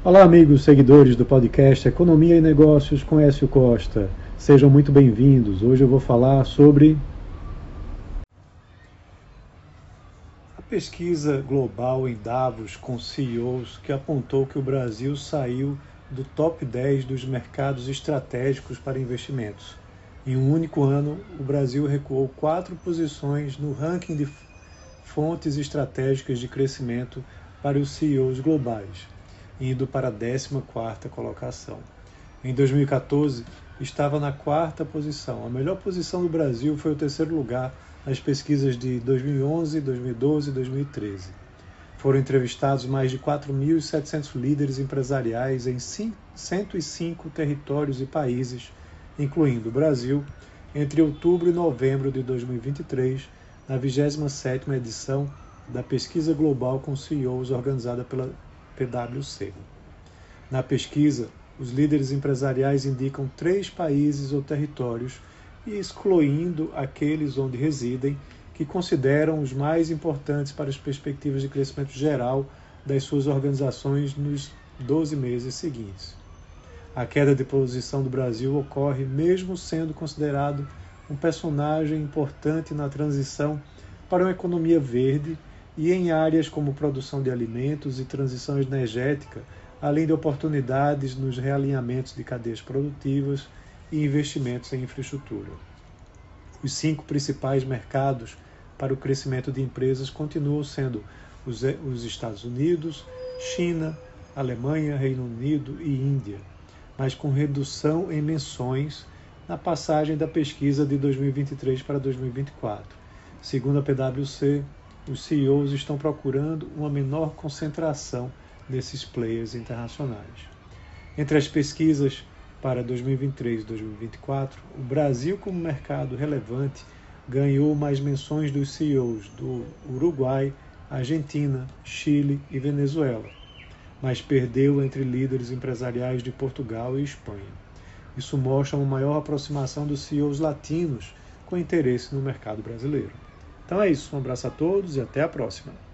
Olá, amigos seguidores do podcast Economia e Negócios com Écio Costa. Sejam muito bem-vindos. Hoje eu vou falar sobre a pesquisa global em Davos com CEOs que apontou que o Brasil saiu do top 10 dos mercados estratégicos para investimentos. Em um único ano, o Brasil recuou 4 posições no ranking de fontes estratégicas de crescimento para os CEOs globais, indo para a 14ª colocação. Em 2014, estava na 4ª posição. A melhor posição do Brasil foi o 3º lugar nas pesquisas de 2011, 2012 e 2013. Foram entrevistados mais de 4.700 líderes empresariais em 105 territórios e países, incluindo o Brasil, entre outubro e novembro de 2023, na 27ª edição da Pesquisa Global com CEOs organizada pela PwC. Na pesquisa, os líderes empresariais indicam 3 países ou territórios, e excluindo aqueles onde residem, que consideram os mais importantes para as perspectivas de crescimento geral das suas organizações nos 12 meses seguintes. A queda de posição do Brasil ocorre mesmo sendo considerado um personagem importante na transição para uma economia verde e em áreas como produção de alimentos e transição energética, além de oportunidades nos realinhamentos de cadeias produtivas e investimentos em infraestrutura. Os 5 principais mercados para o crescimento de empresas continuam sendo os Estados Unidos, China, Alemanha, Reino Unido e Índia, mas com redução em menções na passagem da pesquisa de 2023 para 2024. Segundo a PwC, os CEOs estão procurando uma menor concentração desses players internacionais. Entre as pesquisas para 2023 e 2024, o Brasil, como mercado relevante, ganhou mais menções dos CEOs do Uruguai, Argentina, Chile e Venezuela, mas perdeu entre líderes empresariais de Portugal e Espanha. Isso mostra uma maior aproximação dos CEOs latinos com interesse no mercado brasileiro. Então é isso, um abraço a todos e até a próxima.